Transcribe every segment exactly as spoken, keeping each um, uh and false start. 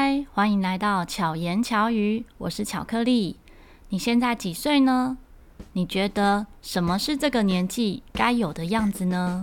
嗨，欢迎来到巧言巧语，我是巧克力。你现在几岁呢？你觉得什么是这个年纪该有的样子呢？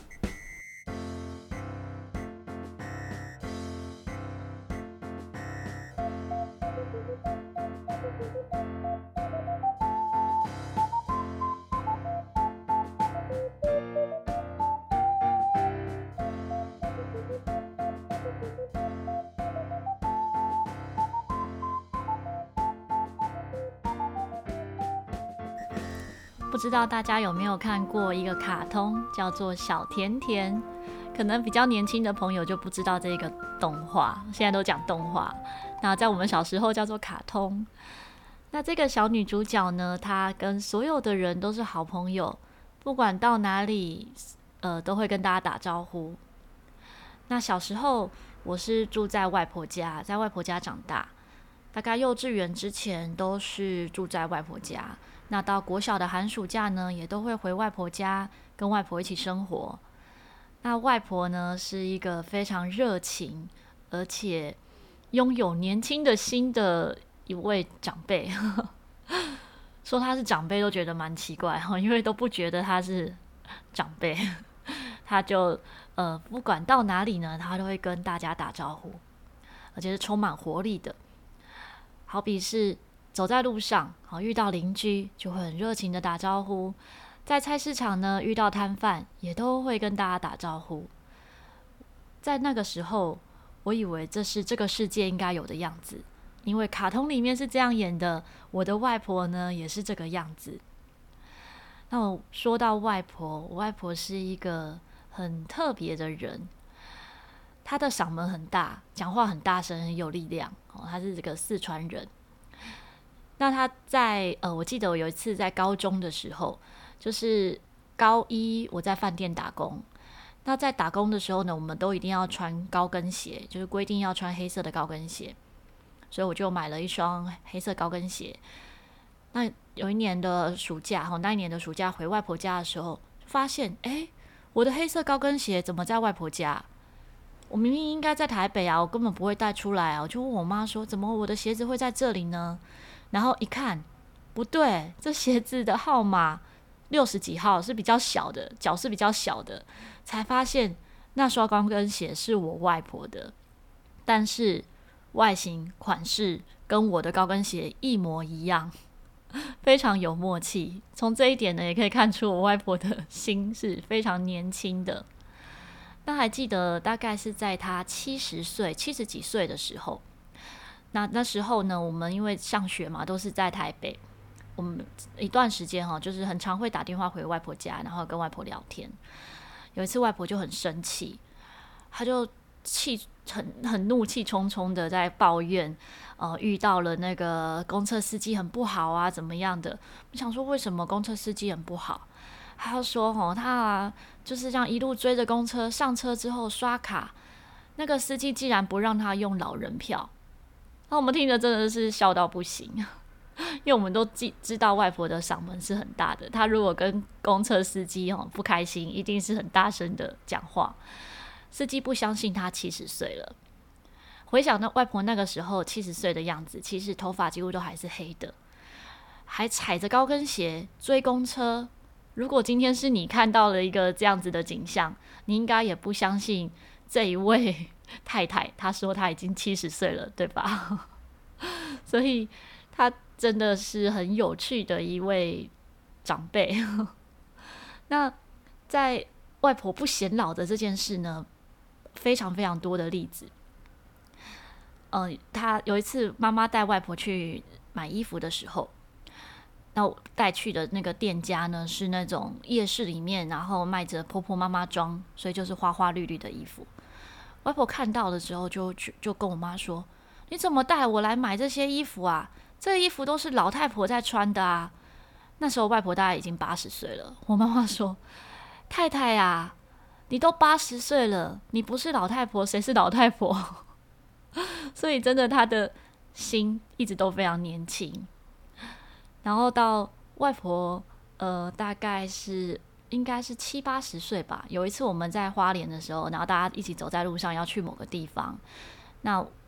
不知道大家有没有看过一个卡通，叫做小甜甜？可能比较年轻的朋友就不知道这个动画，现在都讲动画。那在我们小时候叫做卡通。那这个小女主角呢，她跟所有的人都是好朋友，不管到哪里，呃，都会跟大家打招呼。那小时候我是住在外婆家，在外婆家长大，大概幼稚园之前都是住在外婆家。那到国小的寒暑假呢，也都会回外婆家，跟外婆一起生活。那外婆呢，是一个非常热情，而且拥有年轻的心的一位长辈。说她是长辈都觉得蛮奇怪，因为都不觉得她是长辈。她就呃，不管到哪里呢，她都会跟大家打招呼，而且是充满活力的。好比是走在路上，好遇到邻居，就会很热情的打招呼；在菜市场呢，遇到摊贩，也都会跟大家打招呼。在那个时候，我以为这是这个世界应该有的样子，因为卡通里面是这样演的。我的外婆呢，也是这个样子。那我说到外婆，我外婆是一个很特别的人。她的嗓门很大，讲话很大声，很有力量。哦，她是这个四川人。那他在呃，我记得我有一次在高中的时候，就是高一我在饭店打工。那在打工的时候呢，我们都一定要穿高跟鞋，就是规定要穿黑色的高跟鞋，所以我就买了一双黑色高跟鞋。那有一年的暑假，那一年的暑假回外婆家的时候，发现哎，我的黑色高跟鞋怎么在外婆家？我明明应该在台北啊，我根本不会带出来啊！我就问我妈说，怎么我的鞋子会在这里呢？然后一看，不对，这鞋子的号码六十几号是比较小的，脚是比较小的，才发现那双高跟鞋是我外婆的，但是外形款式跟我的高跟鞋一模一样，非常有默契。从这一点呢，也可以看出我外婆的心是非常年轻的。那还记得大概是在她七十岁、七十几岁的时候。那那时候呢，我们因为上学嘛，都是在台北，我们一段时间哈，就是很常会打电话回外婆家，然后跟外婆聊天。有一次外婆就很生气，她就气很很怒气冲冲的在抱怨，呃，遇到了那个公车司机很不好啊，怎么样的？我想说为什么公车司机很不好？她就说哦，他啊就是这样一路追着公车，上车之后刷卡，那个司机竟然不让他用老人票。那我们听着真的是笑到不行，因为我们都知道外婆的嗓门是很大的，她如果跟公车司机不开心，一定是很大声的讲话。司机不相信她七十岁了，回想到外婆那个时候七十岁的样子，其实头发几乎都还是黑的，还踩着高跟鞋追公车。如果今天是你看到了一个这样子的景象，你应该也不相信这一位太太，她说她已经七十岁了，对吧？所以她真的是很有趣的一位长辈。那在外婆不显老的这件事呢，非常非常多的例子。呃，她有一次妈妈带外婆去买衣服的时候，那我带去的那个店家呢，是那种夜市里面，然后卖着婆婆妈妈装，所以就是花花绿绿的衣服。外婆看到的时候就，就就跟我妈说：“你怎么带我来买这些衣服啊？这衣服都是老太婆在穿的啊！”那时候外婆大概已经八十岁了。我妈妈说：“太太啊，你都八十岁了，你不是老太婆，谁是老太婆？”所以真的，她的心一直都非常年轻。然后到外婆，呃，大概是应该是七八十岁吧。有一次我们在花莲的时候，然后大家一起走在路上要去某个地方，那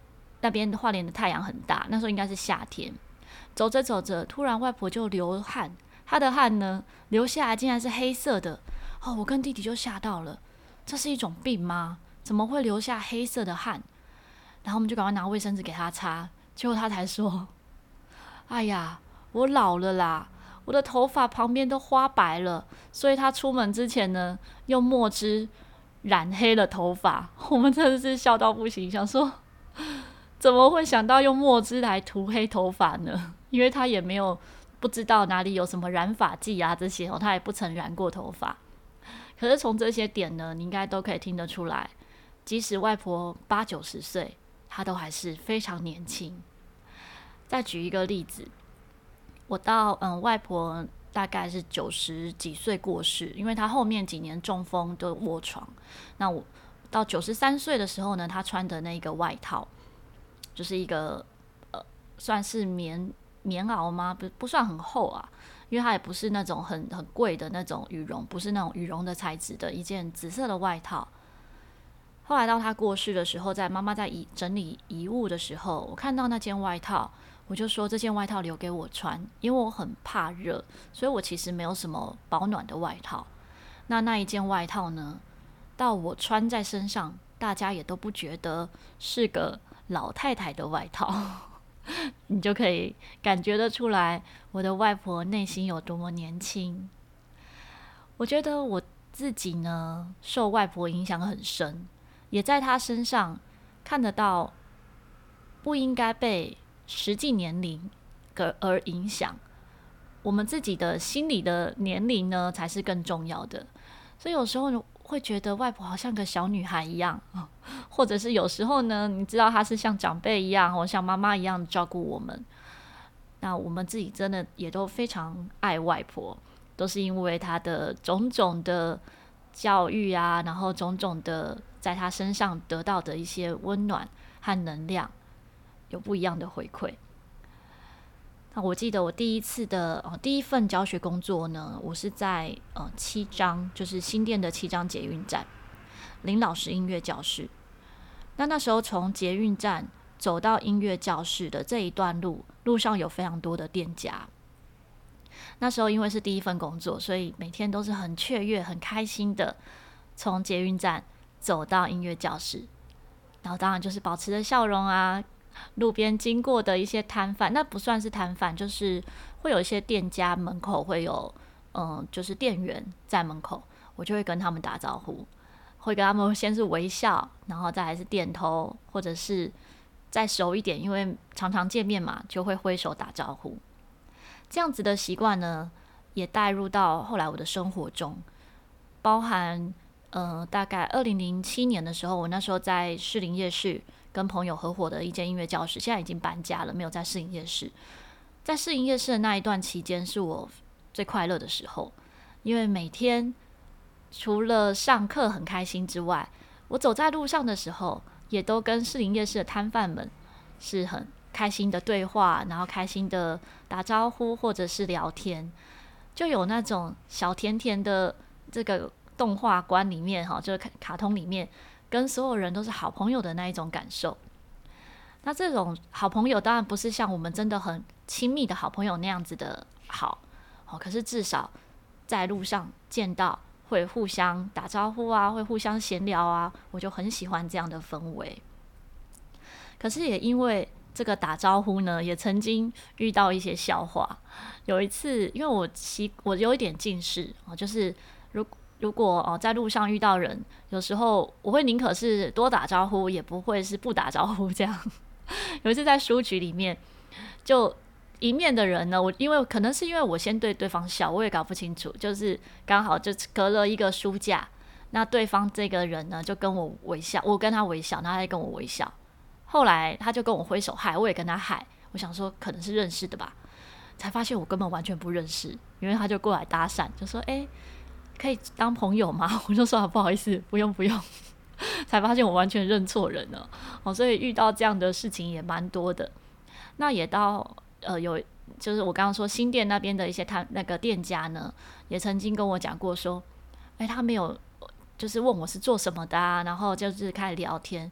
那边花莲的太阳很大，那时候应该是夏天。走着走着，突然外婆就流汗，她的汗呢流下来竟然是黑色的。哦，我跟弟弟就吓到了，这是一种病吗？怎么会流下黑色的汗？然后我们就赶快拿卫生纸给她擦，结果她才说：“哎呀，我老了啦，我的头发旁边都花白了，所以她出门之前呢，用墨汁染黑了头发。”我们真的是笑到不行，想说怎么会想到用墨汁来涂黑头发呢？因为他也没有不知道哪里有什么染发剂啊这些哦，他也不曾染过头发。可是从这些点呢，你应该都可以听得出来，即使外婆八九十岁，她都还是非常年轻。再举一个例子，我到嗯外婆大概是九十几岁过世，因为她后面几年中风都卧床。那我到九十三岁的时候呢，她穿的那个外套，就是一个呃算是棉棉袄吗？不不算很厚啊，因为它也不是那种很很贵的那种羽绒，不是那种羽绒的材质的一件紫色的外套。后来到她过世的时候，在妈妈在遗整理遗物的时候，我看到那件外套，我就说这件外套留给我穿，因为我很怕热，所以我其实没有什么保暖的外套。那那一件外套呢，到我穿在身上，大家也都不觉得是个老太太的外套。你就可以感觉得出来，我的外婆内心有多么年轻。我觉得我自己呢，受外婆影响很深，也在她身上看得到不应该被实际年龄而影响，我们自己的心理的年龄呢，才是更重要的。所以有时候会觉得外婆好像个小女孩一样，或者是有时候呢，你知道她是像长辈一样，或像妈妈一样照顾我们。那我们自己真的也都非常爱外婆，都是因为她的种种的教育啊，然后种种的在她身上得到的一些温暖和能量，有不一样的回馈。那我记得我第一次的、呃、第一份教学工作呢，我是在呃七张，就是新店的七张捷运站林老师音乐教室。那那时候从捷运站走到音乐教室的这一段路，路上有非常多的店家。那时候因为是第一份工作，所以每天都是很雀跃、很开心的从捷运站走到音乐教室，然后当然就是保持着笑容啊。路边经过的一些摊贩，那不算是摊贩，就是会有一些店家门口会有，嗯，就是店员在门口，我就会跟他们打招呼，会跟他们先是微笑，然后再来是点头，或者是再熟一点，因为常常见面嘛，就会挥手打招呼。这样子的习惯呢，也带入到后来我的生活中，包含呃，大概二零零七年的时候，我那时候在士林夜市跟朋友合伙的一间音乐教室，现在已经搬家了，没有在士林夜市。在士林夜市的那一段期间，是我最快乐的时候，因为每天除了上课很开心之外，我走在路上的时候，也都跟士林夜市的摊贩们是很开心的对话，然后开心的打招呼或者是聊天，就有那种小甜甜的这个动画观里面哈，就是卡通里面跟所有人都是好朋友的那一种感受。那这种好朋友当然不是像我们真的很亲密的好朋友那样子的好，可是至少在路上见到会互相打招呼啊，会互相闲聊啊，我就很喜欢这样的氛围。可是也因为这个打招呼呢，也曾经遇到一些笑话。有一次，因为我习我有一点近视，就是如如果哦在路上遇到人，有时候我会宁可是多打招呼，也不会是不打招呼这样。有一次在书局里面，就迎面的人呢，我因为可能是因为我先对对方笑，我也搞不清楚，就是刚好就隔了一个书架，那对方这个人呢就跟我微笑，我跟他微笑，他还跟我微笑。后来他就跟我挥手嗨，我也跟他嗨，我想说可能是认识的吧，才发现我根本完全不认识，因为他就过来搭讪，就说哎、欸，可以当朋友吗？我就说、啊、不好意思，不用不用。才发现我完全认错人了、哦、所以遇到这样的事情也蛮多的。那也到呃有就是我刚刚说新店那边的一些他那个店家呢，也曾经跟我讲过说，哎、欸，他没有就是问我是做什么的啊，然后就是开始聊天。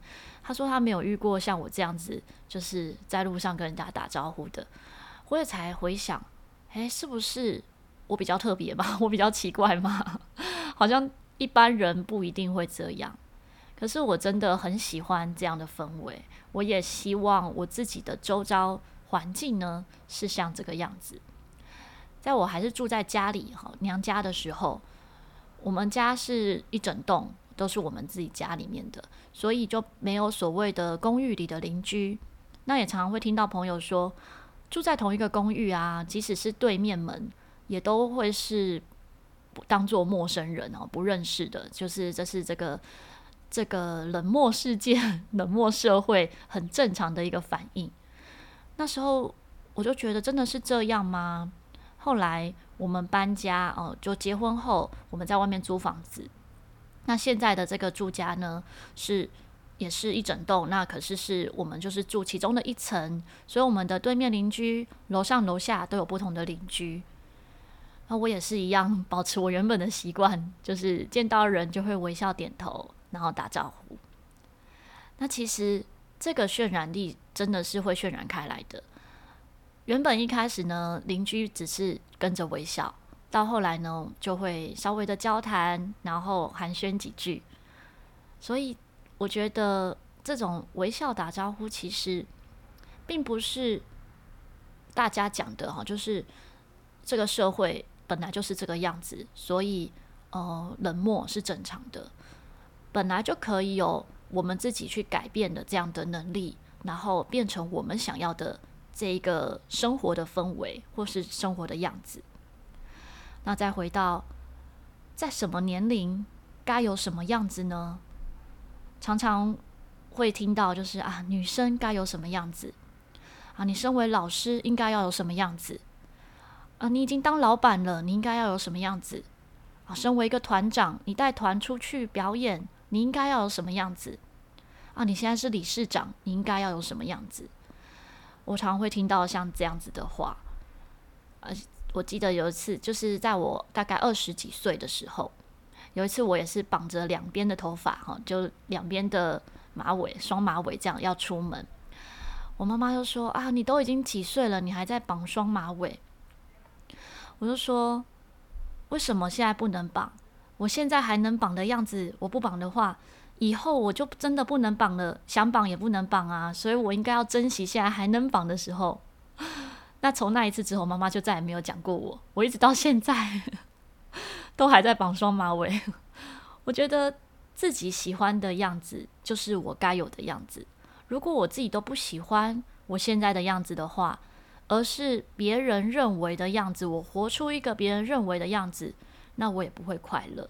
他说他没有遇过像我这样子，就是在路上跟人家打招呼的。我也才回想，诶，是不是我比较特别吧？我比较奇怪吗？好像一般人不一定会这样。可是我真的很喜欢这样的氛围，我也希望我自己的周遭环境呢是像这个样子。在我还是住在家里娘家的时候，我们家是一整栋都是我们自己家里面的，所以就没有所谓的公寓里的邻居。那也常常会听到朋友说，住在同一个公寓啊，即使是对面门，也都会是当作陌生人哦，不认识的，就是这是这个这个冷漠世界、冷漠社会很正常的一个反应。那时候我就觉得真的是这样吗？后来我们搬家哦，就结婚后我们在外面租房子。那现在的这个住家呢，是也是一整栋，那可是是我们就是住其中的一层，所以我们的对面邻居、楼上楼下都有不同的邻居。那我也是一样，保持我原本的习惯，就是见到人就会微笑点头，然后打招呼。那其实这个渲染力真的是会渲染开来的。原本一开始呢，邻居只是跟着微笑，到后来呢，就会稍微的交谈，然后寒暄几句。所以我觉得这种微笑打招呼，其实并不是大家讲的哈，就是这个社会本来就是这个样子，所以呃，冷漠是正常的，本来就可以有我们自己去改变的这样的能力，然后变成我们想要的这一个生活的氛围或是生活的样子。那再回到在什么年龄该有什么样子呢？常常会听到就是啊，女生该有什么样子啊，你身为老师应该要有什么样子啊，你已经当老板了，你应该要有什么样子啊，身为一个团长，你带团出去表演，你应该要有什么样子啊，你现在是理事长，你应该要有什么样子。我常常会听到像这样子的话。呃，我记得有一次，就是在我大概二十几岁的时候，有一次我也是绑着两边的头发，就两边的马尾，双马尾这样要出门。我妈妈就说啊，你都已经几岁了，你还在绑双马尾？我就说，为什么现在不能绑？我现在还能绑的样子，我不绑的话，以后我就真的不能绑了，想绑也不能绑啊，所以我应该要珍惜现在还能绑的时候。那从那一次之后，妈妈就再也没有讲过我，我一直到现在都还在绑双马尾。我觉得自己喜欢的样子就是我该有的样子，如果我自己都不喜欢我现在的样子的话，而是别人认为的样子，我活出一个别人认为的样子，那我也不会快乐。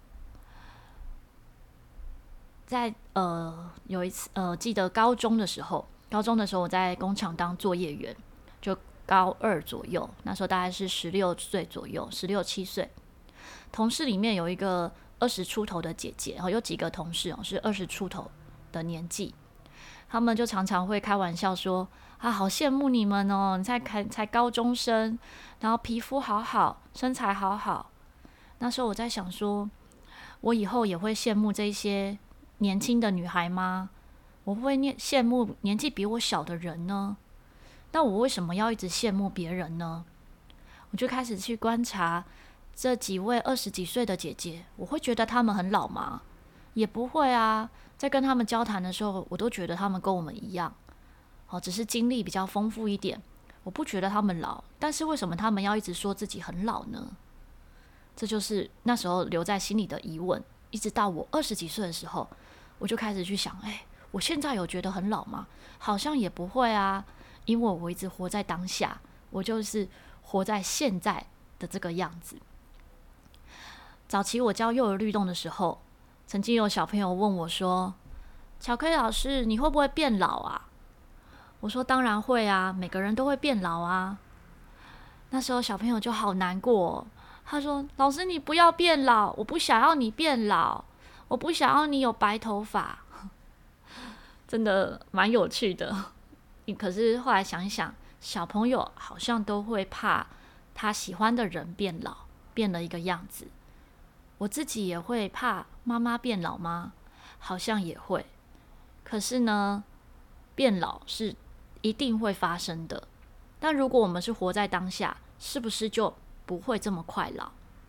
在呃有一次呃记得高中的时候，高中的时候我在工厂当作业员，就高二左右，那时候大概是十六岁左右，十六七岁。同事里面有一个二十出头的姐姐，有几个同事是二十出头的年纪，他们就常常会开玩笑说啊，好羡慕你们哦，你才才高中生，然后皮肤好好，身材好好。那时候我在想说，我以后也会羡慕这些年轻的女孩吗？我会不会羡慕年纪比我小的人呢？那我为什么要一直羡慕别人呢？我就开始去观察这几位二十几岁的姐姐，我会觉得她们很老吗？也不会啊，在跟他们交谈的时候，我都觉得他们跟我们一样，哦，只是经历比较丰富一点。我不觉得他们老，但是为什么他们要一直说自己很老呢？这就是那时候留在心里的疑问。一直到我二十几岁的时候，我就开始去想，哎，我现在有觉得很老吗？好像也不会啊，因为我一直活在当下，我就是活在现在的这个样子。早期我教幼儿律动的时候，曾经有小朋友问我说，巧克力老师，你会不会变老啊？我说当然会啊，每个人都会变老啊。那时候小朋友就好难过哦，他说老师你不要变老，我不想要你变老，我不想要你有白头发。真的蛮有趣的。可是后来想一想，小朋友好像都会怕他喜欢的人变老，变了一个样子。我自己也会怕妈妈变老吗？好像也会。 可是呢，变老是一定会发生的。但如果我们是活在当下，是不是就不会这么快老？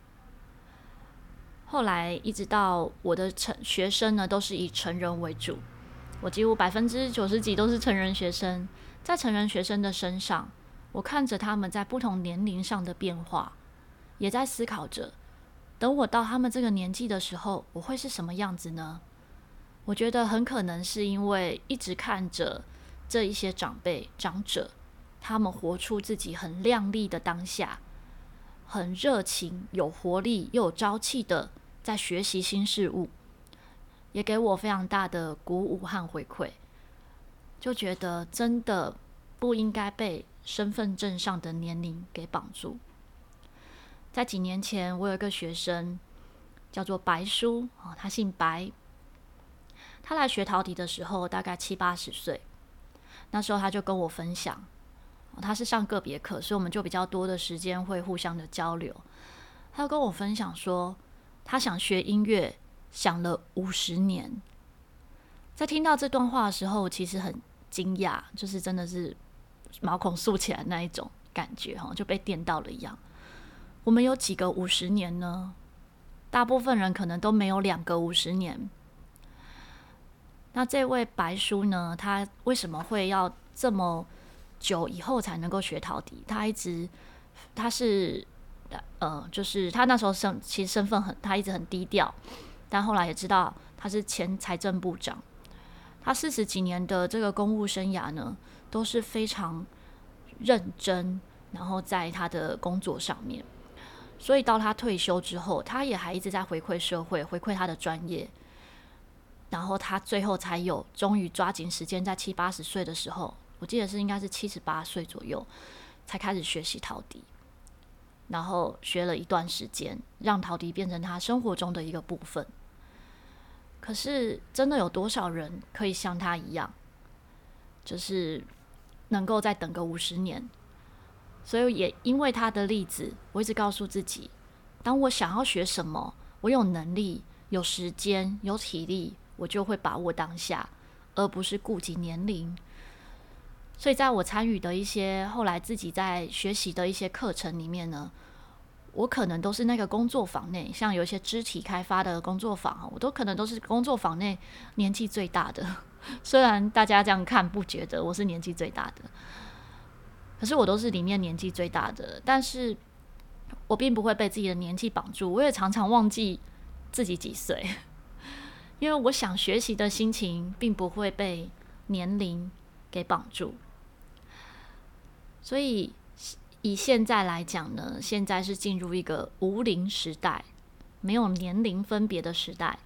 后来一直到我的成学生呢，都是以成人为主，我几乎百分之九十几都是成人学生。在成人学生的身上，我看着他们在不同年龄上的变化，也在思考着，等我到他们这个年纪的时候，我会是什么样子呢？我觉得很可能是因为一直看着这一些长辈长者，他们活出自己很亮丽的当下，很热情有活力又有朝气的在学习新事物，也给我非常大的鼓舞和回馈，就觉得真的不应该被身份证上的年龄给绑住。在几年前，我有一个学生叫做白叔，他姓白，他来学陶笛的时候大概七八十岁，那时候他就跟我分享，他是上个别课，所以我们就比较多的时间会互相的交流。他就跟我分享说，他想学音乐想了五十年。在听到这段话的时候，其实很惊讶，就是真的是毛孔竖起来那一种感觉，就被电到了一样。我们有几个五十年呢？大部分人可能都没有两个五十年。那这位白叔呢，他为什么会要这么久以后才能够学陶笛？他一直他是呃，就是他那时候身其实身份很，他一直很低调，但后来也知道他是前财政部长。他四十几年的这个公务生涯呢，都是非常认真，然后在他的工作上面。所以到他退休之后，他也还一直在回馈社会，回馈他的专业。然后他最后才有终于抓紧时间，在七八十岁的时候，我记得是应该是七十八岁左右，才开始学习陶笛。然后学了一段时间，让陶笛变成他生活中的一个部分。可是真的有多少人可以像他一样，就是能够再等个五十年？所以也因为他的例子，我一直告诉自己，当我想要学什么，我有能力、有时间、有体力，我就会把握当下，而不是顾及年龄。所以在我参与的一些后来自己在学习的一些课程里面呢，我可能都是那个工作坊内，像有一些肢体开发的工作坊，我都可能都是工作坊内年纪最大的。虽然大家这样看不觉得我是年纪最大的，可是我都是里面年纪最大的。但是我并不会被自己的年纪绑住，我也常常忘记自己几岁，因为我想学习的心情并不会被年龄给绑住。所以以现在来讲呢，现在是进入一个无龄时代，没有年龄分别的时代。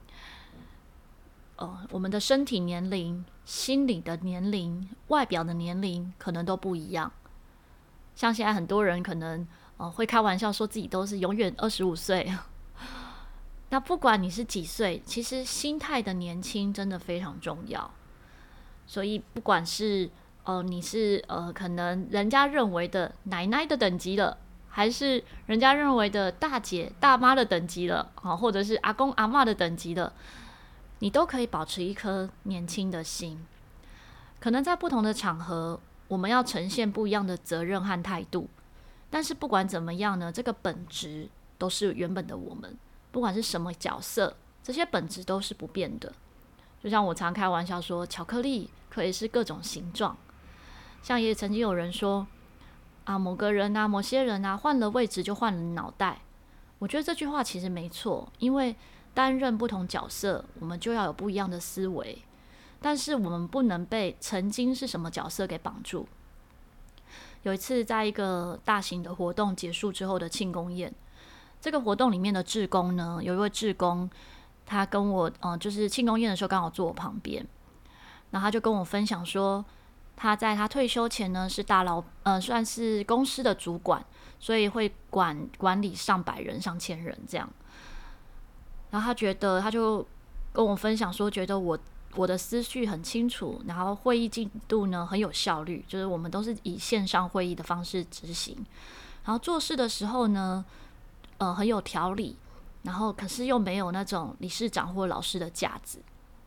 呃，我们的身体年龄、心理的年龄、外表的年龄可能都不一样。像现在很多人可能呃会开玩笑说自己都是永远二十五岁。那不管你是几岁，其实心态的年轻真的非常重要。所以不管是呃你是呃可能人家认为的奶奶的等级了，还是人家认为的大姐大妈的等级了，啊，或者是阿公阿嬷的等级了，你都可以保持一颗年轻的心。可能在不同的场合，我们要呈现不一样的责任和态度，但是不管怎么样呢，这个本质都是原本的我们，不管是什么角色，这些本质都是不变的。就像我常开玩笑说，巧克力可以是各种形状，像也曾经有人说啊，某个人啊，某些人啊，换了位置就换了脑袋。我觉得这句话其实没错，因为担任不同角色，我们就要有不一样的思维，但是我们不能被曾经是什么角色给绑住。有一次在一个大型的活动结束之后的庆功宴，这个活动里面的志工呢，有一位志工，他跟我呃，就是庆功宴的时候刚好坐我旁边，然后他就跟我分享说，他在他退休前呢是大老呃算是公司的主管，所以会管管理上百人上千人这样。然后他觉得他就跟我分享说，觉得我我的思绪很清楚，然后会议进度呢很有效率，就是我们都是以线上会议的方式执行，然后做事的时候呢呃很有条理，然后可是又没有那种理事长或老师的架子。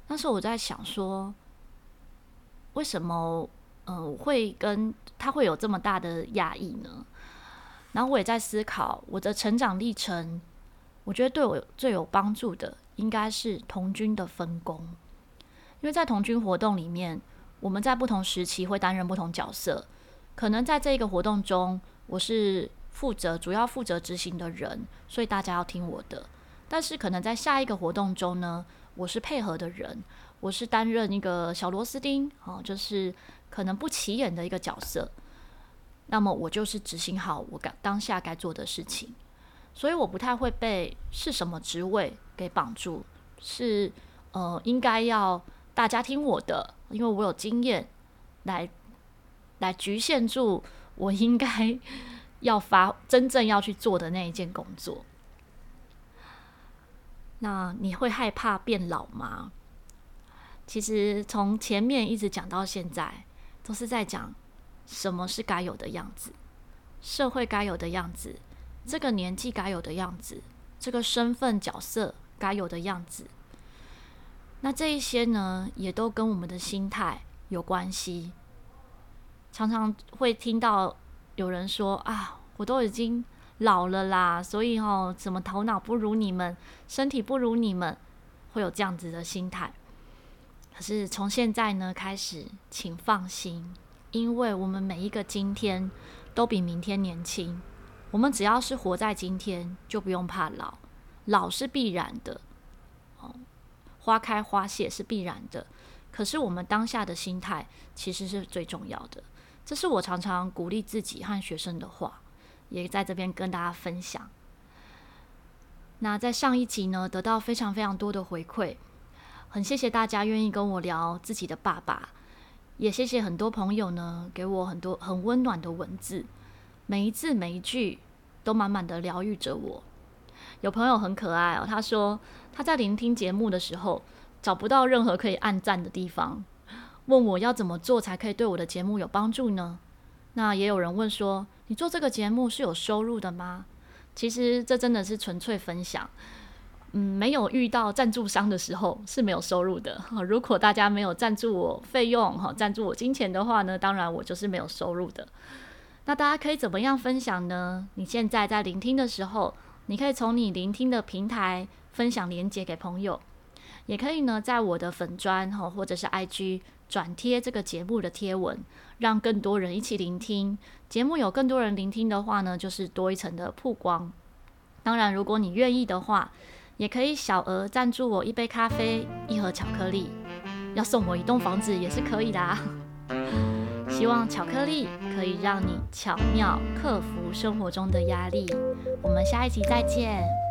那时候我在想说，为什么呃我会跟他会有这么大的压抑呢？然后我也在思考我的成长历程，我觉得对我最有帮助的应该是童军的分工，因为在童军活动里面，我们在不同时期会担任不同角色，可能在这个活动中，我是负责主要负责执行的人，所以大家要听我的。但是可能在下一个活动中呢，我是配合的人，我是担任一个小螺丝钉，哦，就是可能不起眼的一个角色。那么我就是执行好我当下该做的事情，所以我不太会被是什么职位给绑住，是呃应该要大家听我的，因为我有经验来来局限住我应该要发真正要去做的那一件工作。那你会害怕变老吗？其实从前面一直讲到现在，都是在讲什么是该有的样子，社会该有的样子，这个年纪该有的样子，这个身份角色该有的样子。那这一些呢，也都跟我们的心态有关系。常常会听到有人说啊，我都已经老了啦，所以哦，怎么头脑不如你们，身体不如你们，会有这样子的心态。可是从现在呢开始，请放心，因为我们每一个今天都比明天年轻。我们只要是活在今天，就不用怕老，老是必然的，哦，花开花谢是必然的。可是我们当下的心态其实是最重要的，这是我常常鼓励自己和学生的话，也在这边跟大家分享。那在上一集呢，得到非常非常多的回馈，很谢谢大家愿意跟我聊自己的爸爸，也谢谢很多朋友呢给我很多很温暖的文字，每一字每一句都满满的疗愈着我。有朋友很可爱哦，他说他在聆听节目的时候找不到任何可以按赞的地方，问我要怎么做才可以对我的节目有帮助呢？那也有人问说，你做这个节目是有收入的吗？其实这真的是纯粹分享，嗯，没有遇到赞助商的时候是没有收入的。如果大家没有赞助我费用、赞助我金钱的话呢，当然我就是没有收入的。那大家可以怎么样分享呢？你现在在聆听的时候，你可以从你聆听的平台分享连结给朋友，也可以呢在我的粉专或者是 I G 转贴这个节目的贴文，让更多人一起聆听。节目有更多人聆听的话呢，就是多一层的曝光。当然如果你愿意的话，也可以小额赞助我一杯咖啡、一盒巧克力，要送我一栋房子也是可以的啊。希望巧克力可以让你巧妙克服生活中的压力。我们下一集再见。